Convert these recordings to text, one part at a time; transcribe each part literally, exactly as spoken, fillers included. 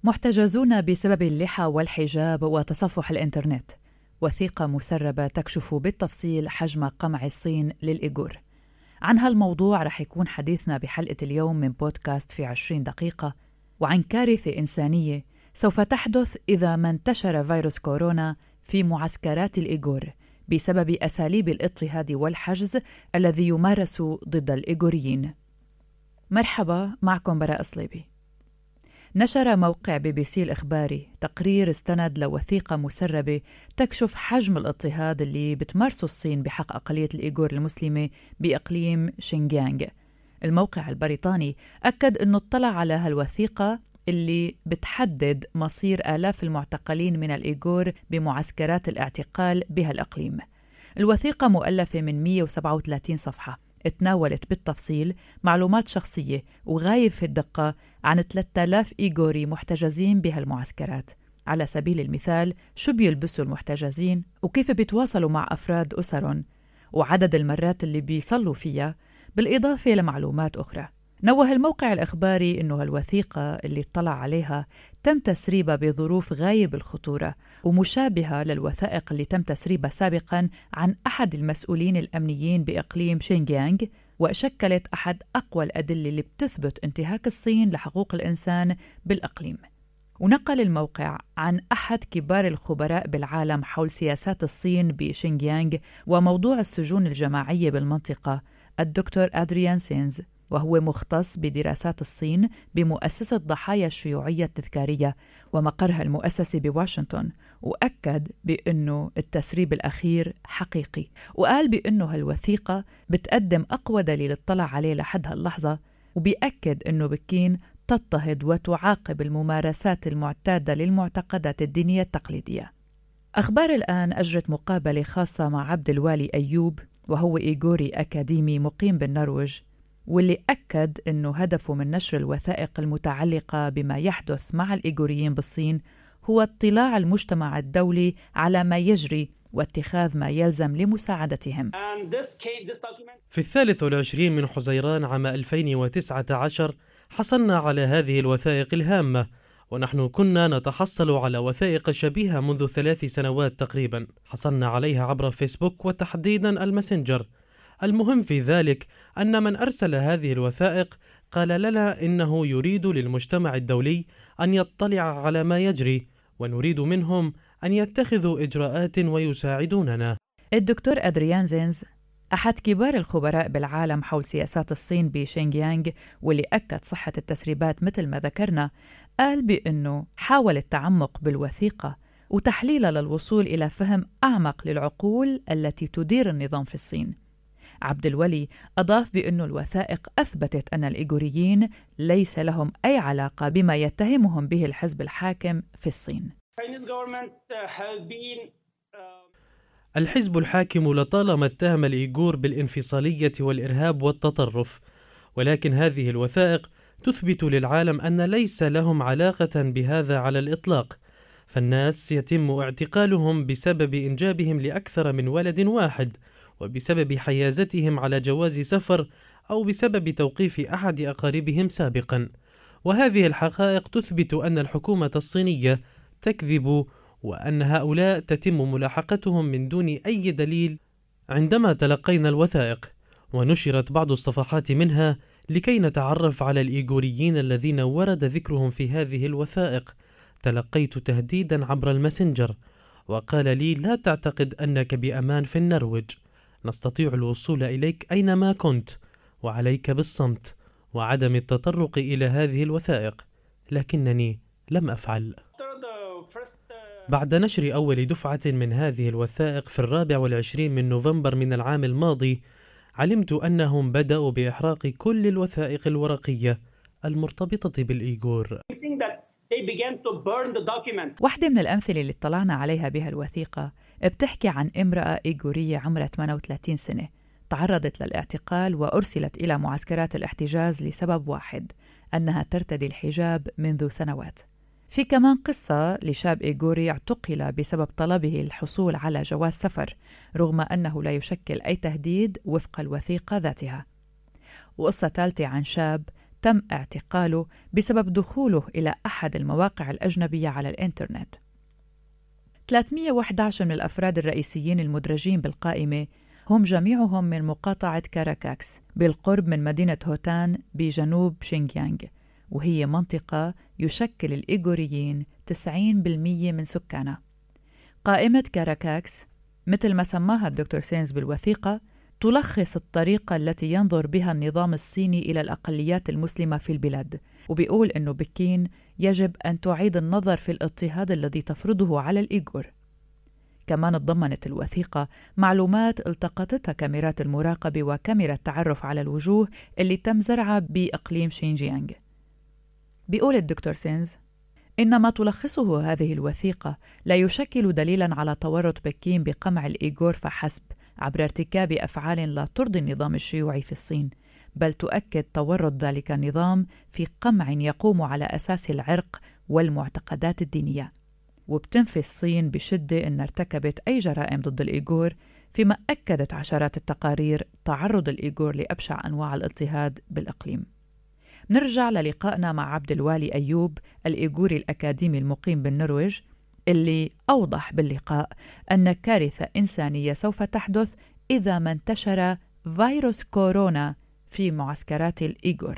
محتجزون بسبب اللحى والحجاب وتصفح الإنترنت. وثيقة مسربة تكشف بالتفصيل حجم قمع الصين للإيغور. عن هالموضوع رح يكون حديثنا بحلقة اليوم من بودكاست في عشرين دقيقة، وعن كارثة إنسانية سوف تحدث إذا ما انتشر فيروس كورونا في معسكرات الإيغور بسبب أساليب الاضطهاد والحجز الذي يمارس ضد الإيغوريين. مرحبا، معكم براء صليبي. نشر موقع بي بي سي الإخباري تقرير استند لوثيقة مسربة تكشف حجم الاضطهاد اللي بتمارسه الصين بحق أقلية الإيغور المسلمة بإقليم شينجيانغ. الموقع البريطاني أكد أنه اطلع على هالوثيقة اللي بتحدد مصير آلاف المعتقلين من الإيغور بمعسكرات الاعتقال بهالإقليم. الوثيقة مؤلفة من مئة وسبعة وثلاثين صفحة، اتناولت بالتفصيل معلومات شخصية وغاية في الدقة عن ثلاثة آلاف إيغوري محتجزين بهالمعسكرات. على سبيل المثال، شو بيلبسوا المحتجزين وكيف بيتواصلوا مع أفراد أسرهم وعدد المرات اللي بيصلوا فيها، بالإضافة لمعلومات أخرى. نوه الموقع الإخباري إنه هالوثيقة اللي اطلع عليها تم تسريبها بظروف غاية بالخطورة ومشابهة للوثائق اللي تم تسريبها سابقاً عن أحد المسؤولين الأمنيين بإقليم شينجيانغ، وشكلت أحد أقوى الأدلة اللي بتثبت انتهاك الصين لحقوق الإنسان بالإقليم. ونقل الموقع عن أحد كبار الخبراء بالعالم حول سياسات الصين بشينجيانغ وموضوع السجون الجماعية بالمنطقة، الدكتور أدريان سينز، وهو مختص بدراسات الصين بمؤسسة ضحايا الشيوعية التذكارية ومقرها المؤسسي بواشنطن، وأكد بأنه التسريب الأخير حقيقي، وقال بأنه هالوثيقة بتقدم أقوى دليل اطلع عليه لحد هاللحظة، وبيأكد أنه بكين تضطهد وتعاقب الممارسات المعتادة للمعتقدات الدينية التقليدية. أخبار الآن أجرت مقابلة خاصة مع عبد الوالي أيوب، وهو إيغوري أكاديمي مقيم بالنرويج، واللي أكد أنه هدفه من نشر الوثائق المتعلقة بما يحدث مع الإيغوريين بالصين هو اطلاع المجتمع الدولي على ما يجري واتخاذ ما يلزم لمساعدتهم. في الثالث والعشرين من حزيران عام ألفين وتسعة عشر حصلنا على هذه الوثائق الهامة، ونحن كنا نتحصل على وثائق شبيهة منذ ثلاث سنوات تقريبا. حصلنا عليها عبر فيسبوك وتحديدا الماسنجر. المهم في ذلك أن من أرسل هذه الوثائق قال لنا إنه يريد للمجتمع الدولي أن يطلع على ما يجري، ونريد منهم أن يتخذوا إجراءات ويساعدوننا. الدكتور أدريان زينز أحد كبار الخبراء بالعالم حول سياسات الصين بشينجيانغ، واللي أكد صحة التسريبات مثل ما ذكرنا، قال بأنه حاول التعمق بالوثيقة وتحليلها للوصول إلى فهم أعمق للعقول التي تدير النظام في الصين. عبد الولي أضاف بأن الوثائق أثبتت أن الإيغوريين ليس لهم أي علاقة بما يتهمهم به الحزب الحاكم في الصين. الحزب الحاكم لطالما اتهم الإيغور بالانفصالية والإرهاب والتطرف، ولكن هذه الوثائق تثبت للعالم أن ليس لهم علاقة بهذا على الإطلاق. فالناس يتم اعتقالهم بسبب إنجابهم لأكثر من ولد واحد، وبسبب حيازتهم على جواز سفر، أو بسبب توقيف أحد أقاربهم سابقا. وهذه الحقائق تثبت أن الحكومة الصينية تكذب، وأن هؤلاء تتم ملاحقتهم من دون أي دليل. عندما تلقينا الوثائق ونشرت بعض الصفحات منها لكي نتعرف على الإيغوريين الذين ورد ذكرهم في هذه الوثائق، تلقيت تهديدا عبر الماسنجر، وقال لي: لا تعتقد أنك بأمان في النرويج، نستطيع الوصول إليك أينما كنت، وعليك بالصمت وعدم التطرق إلى هذه الوثائق. لكنني لم أفعل. بعد نشر أول دفعة من هذه الوثائق في الرابع والعشرين من نوفمبر من العام الماضي، علمت أنهم بدأوا بإحراق كل الوثائق الورقية المرتبطة بالإيغور. واحدة من الأمثلة اللي اطلعنا عليها بها الوثيقة بتحكي عن امرأة إيغورية عمرها ثمانية وثلاثين سنة تعرضت للاعتقال وأرسلت إلى معسكرات الاحتجاز لسبب واحد، أنها ترتدي الحجاب منذ سنوات. في كمان قصة لشاب إيغوري اعتقل بسبب طلبه الحصول على جواز سفر رغم أنه لا يشكل أي تهديد وفق الوثيقة ذاتها. وقصة ثالثة عن شاب تم اعتقاله بسبب دخوله إلى أحد المواقع الأجنبية على الإنترنت. ثلاثمئة وأحد عشر من الأفراد الرئيسيين المدرجين بالقائمة هم جميعهم من مقاطعة كاراكاكس بالقرب من مدينة هوتان بجنوب شينجيانغ، وهي منطقة يشكل الإيغوريين تسعين بالمئة من سكانها. قائمة كاراكاكس مثل ما سماها الدكتور سينز بالوثيقة تلخص الطريقة التي ينظر بها النظام الصيني إلى الأقليات المسلمة في البلاد، وبيقول أنه بكين يجب أن تعيد النظر في الاضطهاد الذي تفرضه على الإيغور. كمان تضمنت الوثيقة معلومات التقطتها كاميرات المراقبة وكاميرا التعرف على الوجوه اللي تم زرعها بإقليم شينجيانغ. بيقول الدكتور سينز إن ما تلخصه هذه الوثيقة لا يشكل دليلاً على تورط بكين بقمع الإيغور فحسب عبر ارتكاب أفعال لا ترضي النظام الشيوعي في الصين، بل تؤكد تورط ذلك النظام في قمع يقوم على أساس العرق والمعتقدات الدينية. وبتنفي الصين بشدة أن ارتكبت أي جرائم ضد الإيغور، فيما أكدت عشرات التقارير تعرض الإيغور لأبشع أنواع الاضطهاد بالإقليم. نرجع للقائنا مع عبد الوالي أيوب الإيغوري الأكاديمي المقيم بالنرويج، اللي أوضح باللقاء أن كارثة إنسانية سوف تحدث إذا ما انتشر فيروس كورونا في معسكرات الإيغور.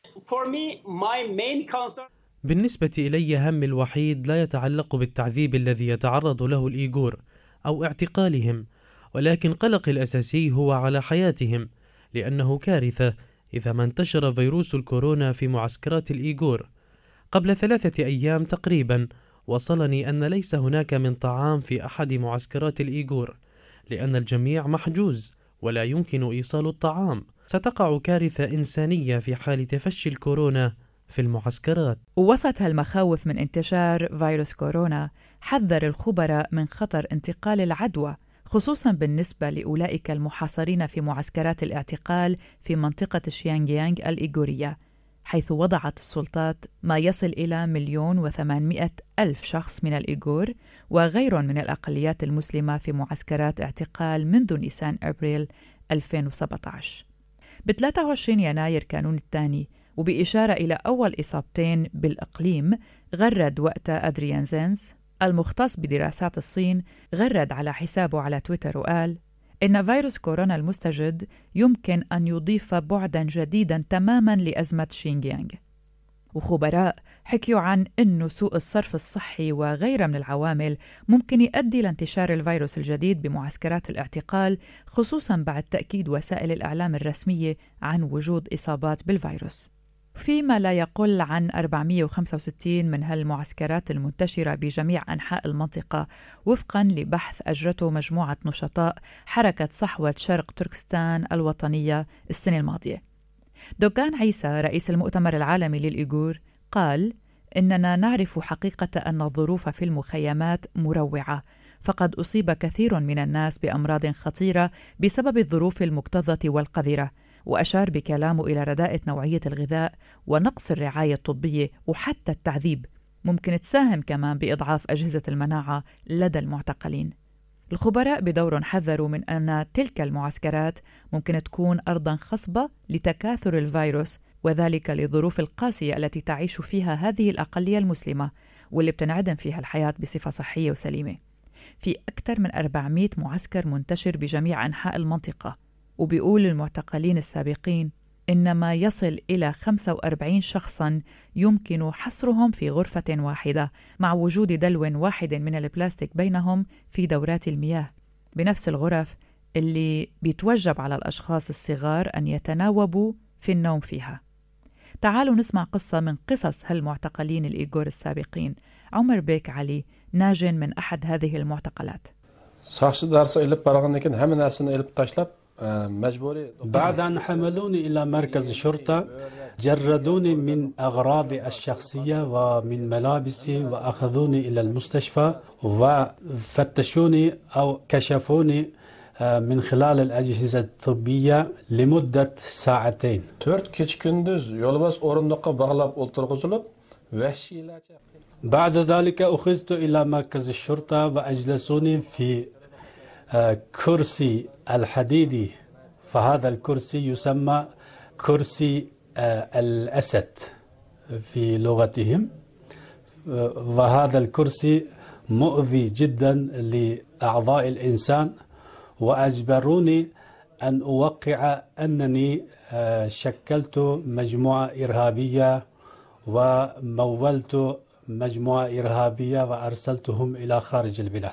بالنسبة إلي همي الوحيد لا يتعلق بالتعذيب الذي يتعرض له الإيغور أو اعتقالهم، ولكن قلقي الأساسي هو على حياتهم، لأنه كارثة إذا ما انتشر فيروس الكورونا في معسكرات الإيغور. قبل ثلاثة أيام تقريبا وصلني أن ليس هناك من طعام في أحد معسكرات الإيغور، لأن الجميع محجوز ولا يمكن إيصال الطعام. ستقع كارثة إنسانية في حال تفشي الكورونا في المعسكرات. ووسط هالمخاوف من انتشار فيروس كورونا، حذر الخبراء من خطر انتقال العدوى، خصوصاً بالنسبة لأولئك المحاصرين في معسكرات الاعتقال في منطقة شيانغيانغ الإيغورية، حيث وضعت السلطات ما يصل إلى مليون وثمانمائة ألف شخص من الإيغور وغيرهم من الأقليات المسلمة في معسكرات اعتقال منذ نيسان أبريل ألفين وسبعة عشر. ب ثلاثة وعشرين يناير كانون الثاني، وبإشارة إلى أول إصابتين بالإقليم، غرد وقتها أدريان زينز المختص بدراسات الصين، غرد على حسابه على تويتر وقال إن فيروس كورونا المستجد يمكن أن يضيف بعداً جديداً تماماً لأزمة شينجيانغ. وخبراء حكيوا عن أنه سوء الصرف الصحي وغيرها من العوامل ممكن يؤدي لانتشار الفيروس الجديد بمعسكرات الاعتقال، خصوصاً بعد تأكيد وسائل الإعلام الرسمية عن وجود إصابات بالفيروس. فيما لا يقل عن أربعمائة وخمسة وستين من هالمعسكرات المنتشرة بجميع أنحاء المنطقة، وفقاً لبحث أجرته مجموعة نشطاء حركة صحوة شرق تركستان الوطنية السنة الماضية. دوغان عيسى رئيس المؤتمر العالمي للإيغور قال إننا نعرف حقيقة أن الظروف في المخيمات مروعة، فقد أصيب كثير من الناس بأمراض خطيرة بسبب الظروف المكتظة والقذرة، وأشار بكلامه إلى رداءة نوعية الغذاء ونقص الرعاية الطبية وحتى التعذيب ممكن تساهم كمان بإضعاف أجهزة المناعة لدى المعتقلين. الخبراء بدورهم حذروا من أن تلك المعسكرات ممكن تكون أرضاً خصبة لتكاثر الفيروس، وذلك للظروف القاسية التي تعيش فيها هذه الأقلية المسلمة واللي بتنعدم فيها الحياة بصفة صحية وسليمة. في أكثر من أربعمائة معسكر منتشر بجميع أنحاء المنطقة، وبيقول المعتقلين السابقين إن ما يصل إلى خمسة وأربعين شخصاً يمكن حصرهم في غرفة واحدة مع وجود دلو واحد من البلاستيك بينهم في دورات المياه، بنفس الغرف اللي بيتوجب على الأشخاص الصغار أن يتناوبوا في النوم فيها. تعالوا نسمع قصة من قصص هالمعتقلين الإيغور السابقين. عمر بيك علي ناج من أحد هذه المعتقلات. بعد أن حملوني إلى مركز الشرطة جردوني من أغراضي الشخصية ومن ملابسي وأخذوني إلى المستشفى وفتشوني أو كشفوني من خلال الأجهزة الطبية لمدة ساعتين. بعد ذلك أخذت إلى مركز الشرطة وأجلسوني في كرسي الحديدي، فهذا الكرسي يسمى كرسي الأسد في لغتهم، وهذا الكرسي مؤذي جدا لأعضاء الإنسان، وأجبروني أن أوقع أنني شكلت مجموعة إرهابية ومولت مجموعة إرهابية وأرسلتهم إلى خارج البلاد.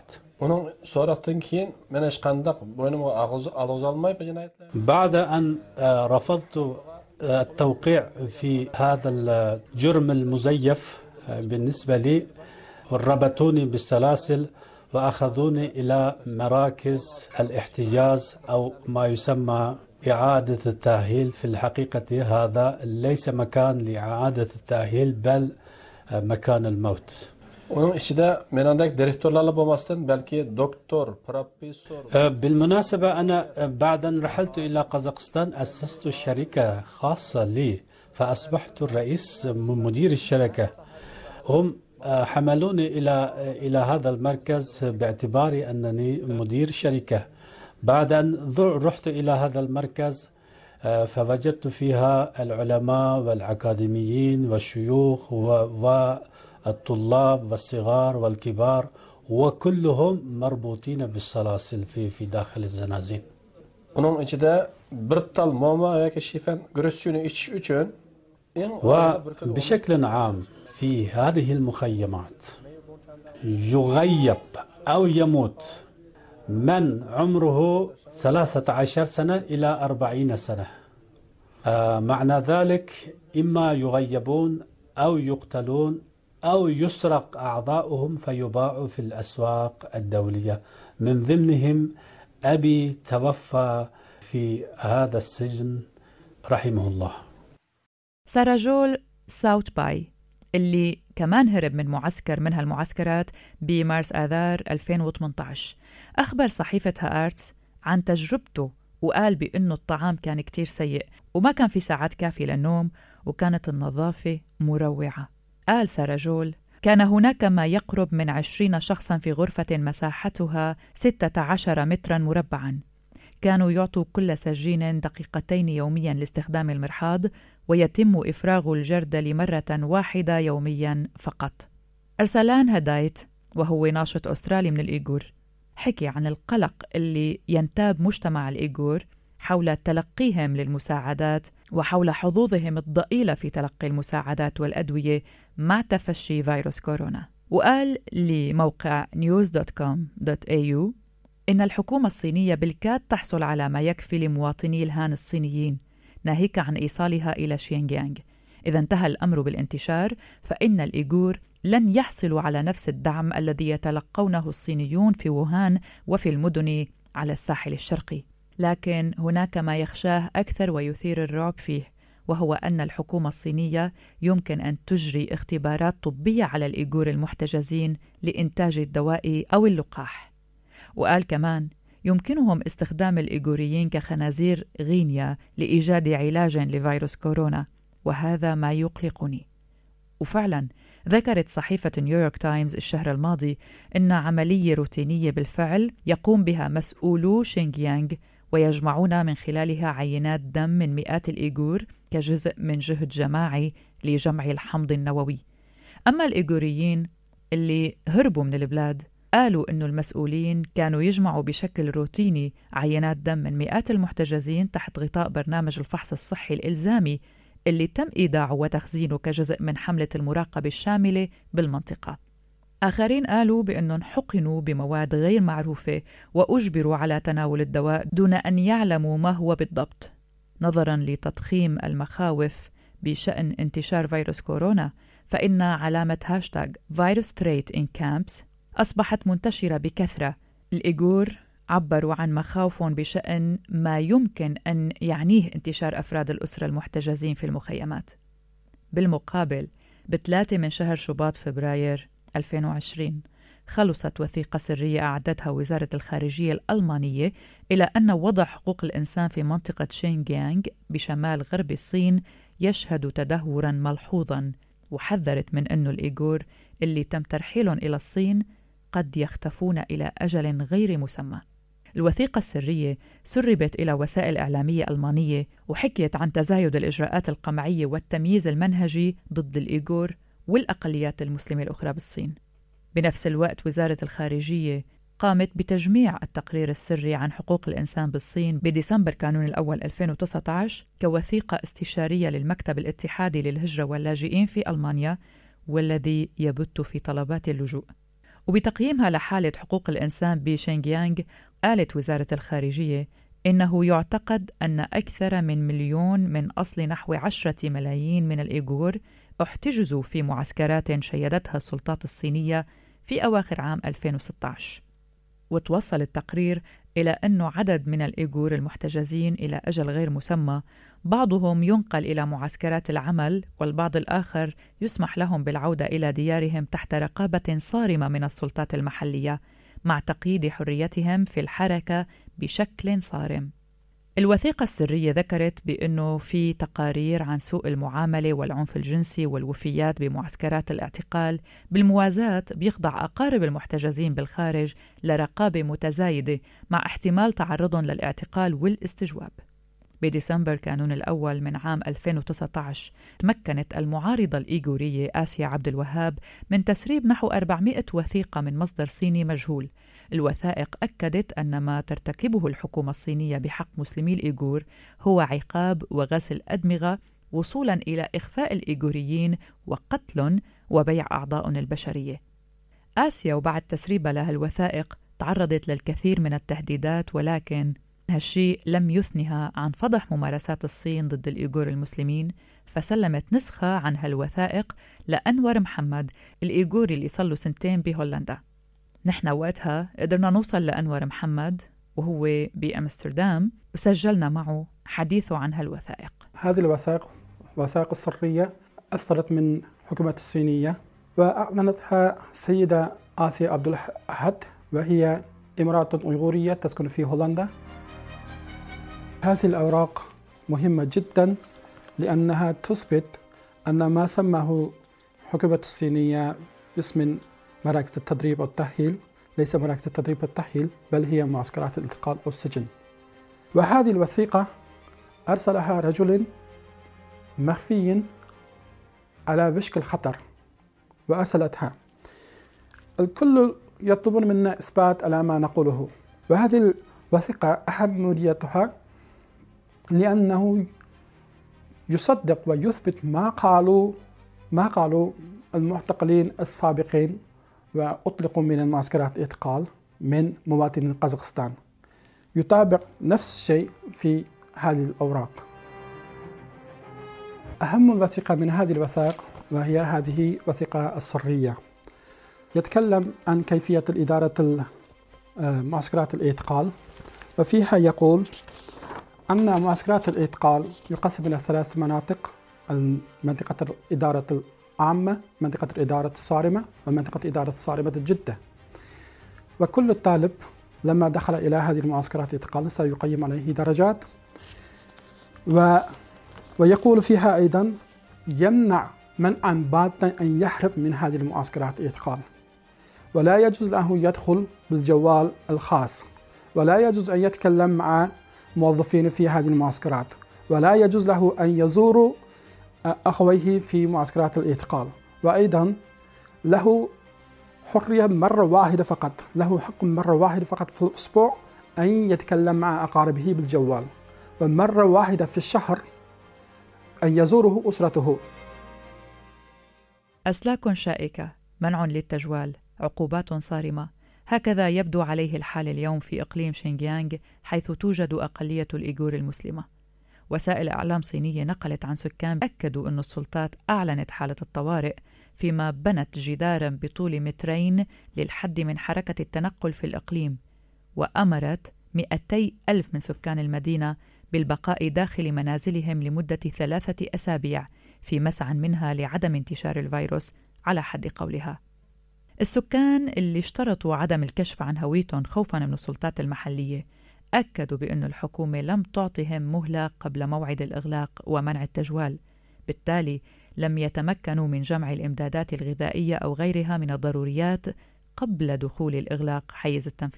بعد أن رفضت التوقيع في هذا الجرم المزيف بالنسبة لي، ربطوني بالسلاسل وأخذوني إلى مراكز الاحتجاز أو ما يسمى إعادة التأهيل. في الحقيقة هذا ليس مكان لإعادة التأهيل بل مكان الموت. بالمناسبة أنا بعد أن رحلت إلى قزاقستان أسست شركة خاصة لي، فأصبحت الرئيس مدير الشركة. هم حملوني إلى إلى هذا المركز باعتباري أنني مدير شركة. بعد أن رحت إلى هذا المركز فوجدت فيها العلماء والأكاديميين والشيوخ والطلاب والصغار والكبار، وكلهم مربوطين بالسلاسل في في داخل الزنازين. Onun içinde bir tal mama veya şifen görüşünü iç üçün. وبشكل عام في هذه المخيمات يغيب أو يموت من عمره ثلاثة عشر سنة إلى أربعين سنة. آه معنى ذلك إما يغيبون أو يقتلون أو يسرق أعضاؤهم فيباع في الأسواق الدولية. من ضمنهم أبي توفى في هذا السجن رحمه الله. ساراجول ساوت باي اللي كمان هرب من معسكر من هالمعسكرات بمارس آذار ألفين وثمانية عشر، أخبر صحيفة هآرتس عن تجربته وقال بأنه الطعام كان كتير سيء وما كان في ساعات كافية للنوم وكانت النظافة مروعة. قال ساراجول: كان هناك ما يقرب من عشرين شخصا في غرفة مساحتها ستة عشر مترا مربعا. كانوا يعطوا كل سجين دقيقتين يوميا لاستخدام المرحاض، ويتم إفراغ الجردل مرة واحدة يوميا فقط. أرسلان هدايت وهو ناشط أسترالي من الإيغور حكي عن القلق اللي ينتاب مجتمع الإيغور حول تلقيهم للمساعدات وحول حظوظهم الضئيلة في تلقي المساعدات والأدوية مع تفشي فيروس كورونا. وقال لموقع نيوز دوت كوم دوت إيه يو إن الحكومة الصينية بالكاد تحصل على ما يكفي لمواطني الهان الصينيين، ناهيك عن إيصالها إلى شينجيانغ. إذا انتهى الأمر بالانتشار فإن الإيغور لن يحصلوا على نفس الدعم الذي يتلقونه الصينيون في ووهان وفي المدن على الساحل الشرقي. لكن هناك ما يخشاه أكثر ويثير الرعب فيه، وهو أن الحكومة الصينية يمكن أن تجري اختبارات طبية على الإيغور المحتجزين لإنتاج الدواء أو اللقاح. وقال كمان يمكنهم استخدام الإيغوريين كخنازير غينيا لإيجاد علاج لفيروس كورونا، وهذا ما يقلقني. وفعلا ذكرت صحيفة نيويورك تايمز الشهر الماضي أن عملية روتينية بالفعل يقوم بها مسؤولو شينجيانغ ويجمعون من خلالها عينات دم من مئات الإيغور كجزء من جهد جماعي لجمع الحمض النووي. أما الإيغوريين اللي هربوا من البلاد قالوا أن المسؤولين كانوا يجمعوا بشكل روتيني عينات دم من مئات المحتجزين تحت غطاء برنامج الفحص الصحي الإلزامي اللي تم إيداعه وتخزينه كجزء من حملة المراقبة الشاملة بالمنطقة. آخرين قالوا بأنهم حقنوا بمواد غير معروفة وأجبروا على تناول الدواء دون أن يعلموا ما هو بالضبط. نظراً لتضخيم المخاوف بشأن انتشار فيروس كورونا، فإن علامة هاشتاغ فيروس ثريت إن كامبس أصبحت منتشرة بكثرة. الإيغور عبروا عن مخاوفهم بشأن ما يمكن أن يعنيه انتشار أفراد الأسرة المحتجزين في المخيمات. بالمقابل بثلاثة من شهر شباط فبراير ألفين وعشرين خلصت وثيقة سرية أعدتها وزارة الخارجية الألمانية إلى أن وضع حقوق الإنسان في منطقة شينجيانغ بشمال غرب الصين يشهد تدهوراً ملحوظاً، وحذرت من أن الإيغور اللي تم ترحيلهم إلى الصين قد يختفون إلى أجل غير مسمى. الوثيقة السرية سربت إلى وسائل إعلامية ألمانية وحكيت عن تزايد الإجراءات القمعية والتمييز المنهجي ضد الإيغور والأقليات المسلمة الأخرى بالصين. بنفس الوقت وزارة الخارجية قامت بتجميع التقرير السري عن حقوق الإنسان بالصين بديسمبر كانون الأول ألفين وتسعة عشر كوثيقة استشارية للمكتب الاتحادي للهجرة واللاجئين في ألمانيا، والذي يبت في طلبات اللجوء. وبتقييمها لحالة حقوق الإنسان بشينجيانغ، قالت وزارة الخارجية إنه يعتقد أن أكثر من مليون من أصل نحو عشرة ملايين من الإيغور احتجزوا في معسكرات شيدتها السلطات الصينية في أواخر عام ألفين وستة عشر. وتوصل التقرير إلى أن عدد من الإيغور المحتجزين إلى أجل غير مسمى بعضهم ينقل إلى معسكرات العمل، والبعض الآخر يسمح لهم بالعودة إلى ديارهم تحت رقابة صارمة من السلطات المحلية مع تقييد حريتهم في الحركة بشكل صارم. الوثيقة السرية ذكرت بأنه في تقارير عن سوء المعاملة والعنف الجنسي والوفيات بمعسكرات الاعتقال، بالموازاة بيخضع أقارب المحتجزين بالخارج لرقابة متزايدة مع احتمال تعرضهم للاعتقال والاستجواب. بديسمبر كانون الأول من عام ألفين وتسعة عشر تمكنت المعارضة الإيغورية آسيا عبد الوهاب من تسريب نحو أربعمائة وثيقة من مصدر صيني مجهول. الوثائق أكدت أن ما ترتكبه الحكومة الصينية بحق مسلمي الإيغور هو عقاب وغسل أدمغة وصولا إلى إخفاء الإيغوريين وقتل وبيع أعضاء البشرية. آسيا وبعد تسريبها لها الوثائق تعرضت للكثير من التهديدات، ولكن هالشيء لم يثنها عن فضح ممارسات الصين ضد الإيغور المسلمين، فسلمت نسخة عن هالوثائق لأنور محمد الإيغوري اللي صار له سنتين بهولندا. نحن وقتها قدرنا نوصل لأنور محمد وهو بأمستردام وسجلنا معه حديثه عن هالوثائق. هذه الوثائق وثائق السرية أصدرت من حكومة الصينية وأعلنتها السيدة آسيا عبد الأحد، وهي امرأة أيغورية تسكن في هولندا. هذه الأوراق مهمة جدا لأنها تثبت أن ما سماه حكومة الصينية باسم مراكز التدريب والتأهيل ليس مراكز التدريب والتأهيل، بل هي معسكرات الانتقال أو السجن. وهذه الوثيقة أرسلها رجل مخفي على وشك الخطر وأرسلتها. الكل يطلبون منا إثبات على ما نقوله، وهذه الوثيقة أهميتها لأنه يصدق ويثبت ما قالوا ما قالوا المعتقلين السابقين وأطلقوا من المعسكرات الإعتقال من مواطنين قزاقستان. يطابق نفس الشيء في هذه الأوراق. أهم وثيقة من هذه الوثائق وهي هذه وثيقة السرية، يتكلم عن كيفية الإدارة معسكرات الإعتقال، وفيها يقول أن معسكرات الإعتقال يقسم إلى ثلاث مناطق: منطقة الإدارة العامة، منطقة الإدارة الصارمة، ومنطقة إدارة الصارمة الجدة. وكل الطالب لما دخل إلى هذه المعسكرات الإعتقال سيقيم عليه درجات. و... ويقول فيها أيضا يمنع منعا باتا أن يهرب من هذه المعسكرات الإعتقال، ولا يجوز له يدخل بالجوال الخاص، ولا يجوز أن يتكلم مع موظفين في هذه المعسكرات، ولا يجوز له أن يزور أخويه في معسكرات الإعتقال. وأيضا له حرية مرة واحدة فقط، له حق مرة واحدة فقط في الأسبوع أن يتكلم مع أقاربه بالجوال، ومرة واحدة في الشهر أن يزوره أسرته. أسلاك شائكة، منع للتجوال، عقوبات صارمة، هكذا يبدو عليه الحال اليوم في إقليم شينجيانغ، حيث توجد أقلية الإيغور المسلمة. وسائل إعلام صينية نقلت عن سكان أكدوا أن السلطات أعلنت حالة الطوارئ، فيما بنت جداراً بطول مترين للحد من حركة التنقل في الإقليم، وأمرت مئتي ألف من سكان المدينة بالبقاء داخل منازلهم لمدة ثلاثة أسابيع في مسعى منها لعدم انتشار الفيروس على حد قولها. السكان اللي اشترطوا عدم الكشف عن هويتهم خوفاً من السلطات المحلية أكدوا بأن الحكومة لم تعطهم مهلة قبل موعد الإغلاق ومنع التجوال، بالتالي لم يتمكنوا من جمع الإمدادات الغذائية أو غيرها من الضروريات قبل دخول الإغلاق حيز التنفيذ.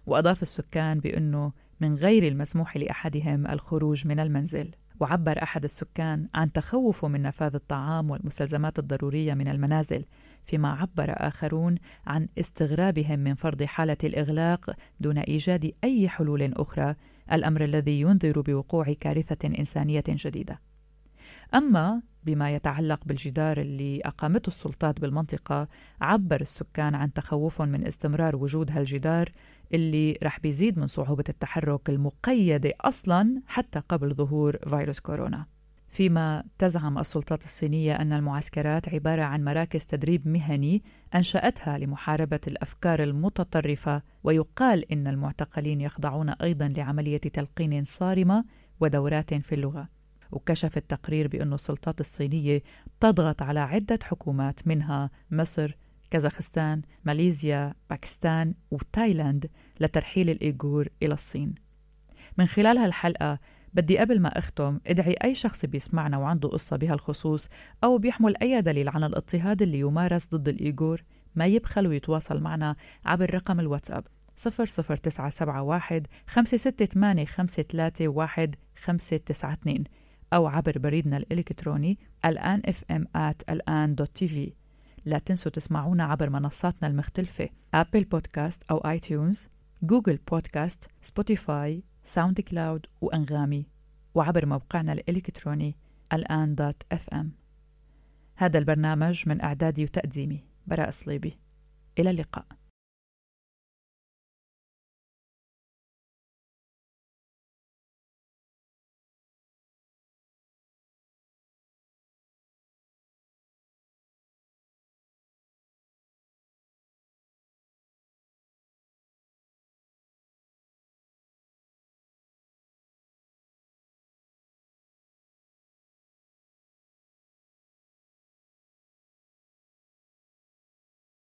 وأضاف السكان بأنه من غير المسموح لأحدهم الخروج من المنزل. وعبر أحد السكان عن تخوفه من نفاذ الطعام والمستلزمات الضرورية من المنازل، فيما عبر آخرون عن استغرابهم من فرض حالة الإغلاق دون إيجاد أي حلول أخرى، الأمر الذي ينذر بوقوع كارثة إنسانية جديدة. أما بما يتعلق بالجدار اللي أقامته السلطات بالمنطقة، عبر السكان عن تخوفهم من استمرار وجود هالجدار اللي رح بيزيد من صعوبة التحرك المقيدة أصلاً حتى قبل ظهور فيروس كورونا. فيما تزعم السلطات الصينية أن المعسكرات عبارة عن مراكز تدريب مهني أنشأتها لمحاربة الأفكار المتطرفة، ويقال إن المعتقلين يخضعون أيضاً لعملية تلقين صارمة ودورات في اللغة. وكشف التقرير بأن السلطات الصينية تضغط على عدة حكومات منها مصر، كازاخستان، ماليزيا، باكستان وتايلاند لترحيل الإيغور إلى الصين. من خلال هالحلقة بدي قبل ما أختم ادعي أي شخص بيسمعنا وعنده قصة بهالخصوص أو بيحمل أي دليل عن الاضطهاد اللي يمارس ضد الإيغور ما يبخل ويتواصل معنا عبر رقم الواتساب صفر صفر تسعة سبعة واحد خمسة ستة ثمانية خمسة ثلاثة واحد خمسة تسعة اثنين أو عبر بريدنا الإلكتروني الآن إف إم آت الآن دوت تي في. لا تنسوا تسمعونا عبر منصاتنا المختلفة أبل بودكاست أو آي تيونز، جوجل بودكاست، سبوتيفاي، ساوند كلاود وأنغامي، وعبر موقعنا الإلكتروني الآن دوت إف إم. هذا البرنامج من إعدادي وتقديمي براء صليبي. إلى اللقاء.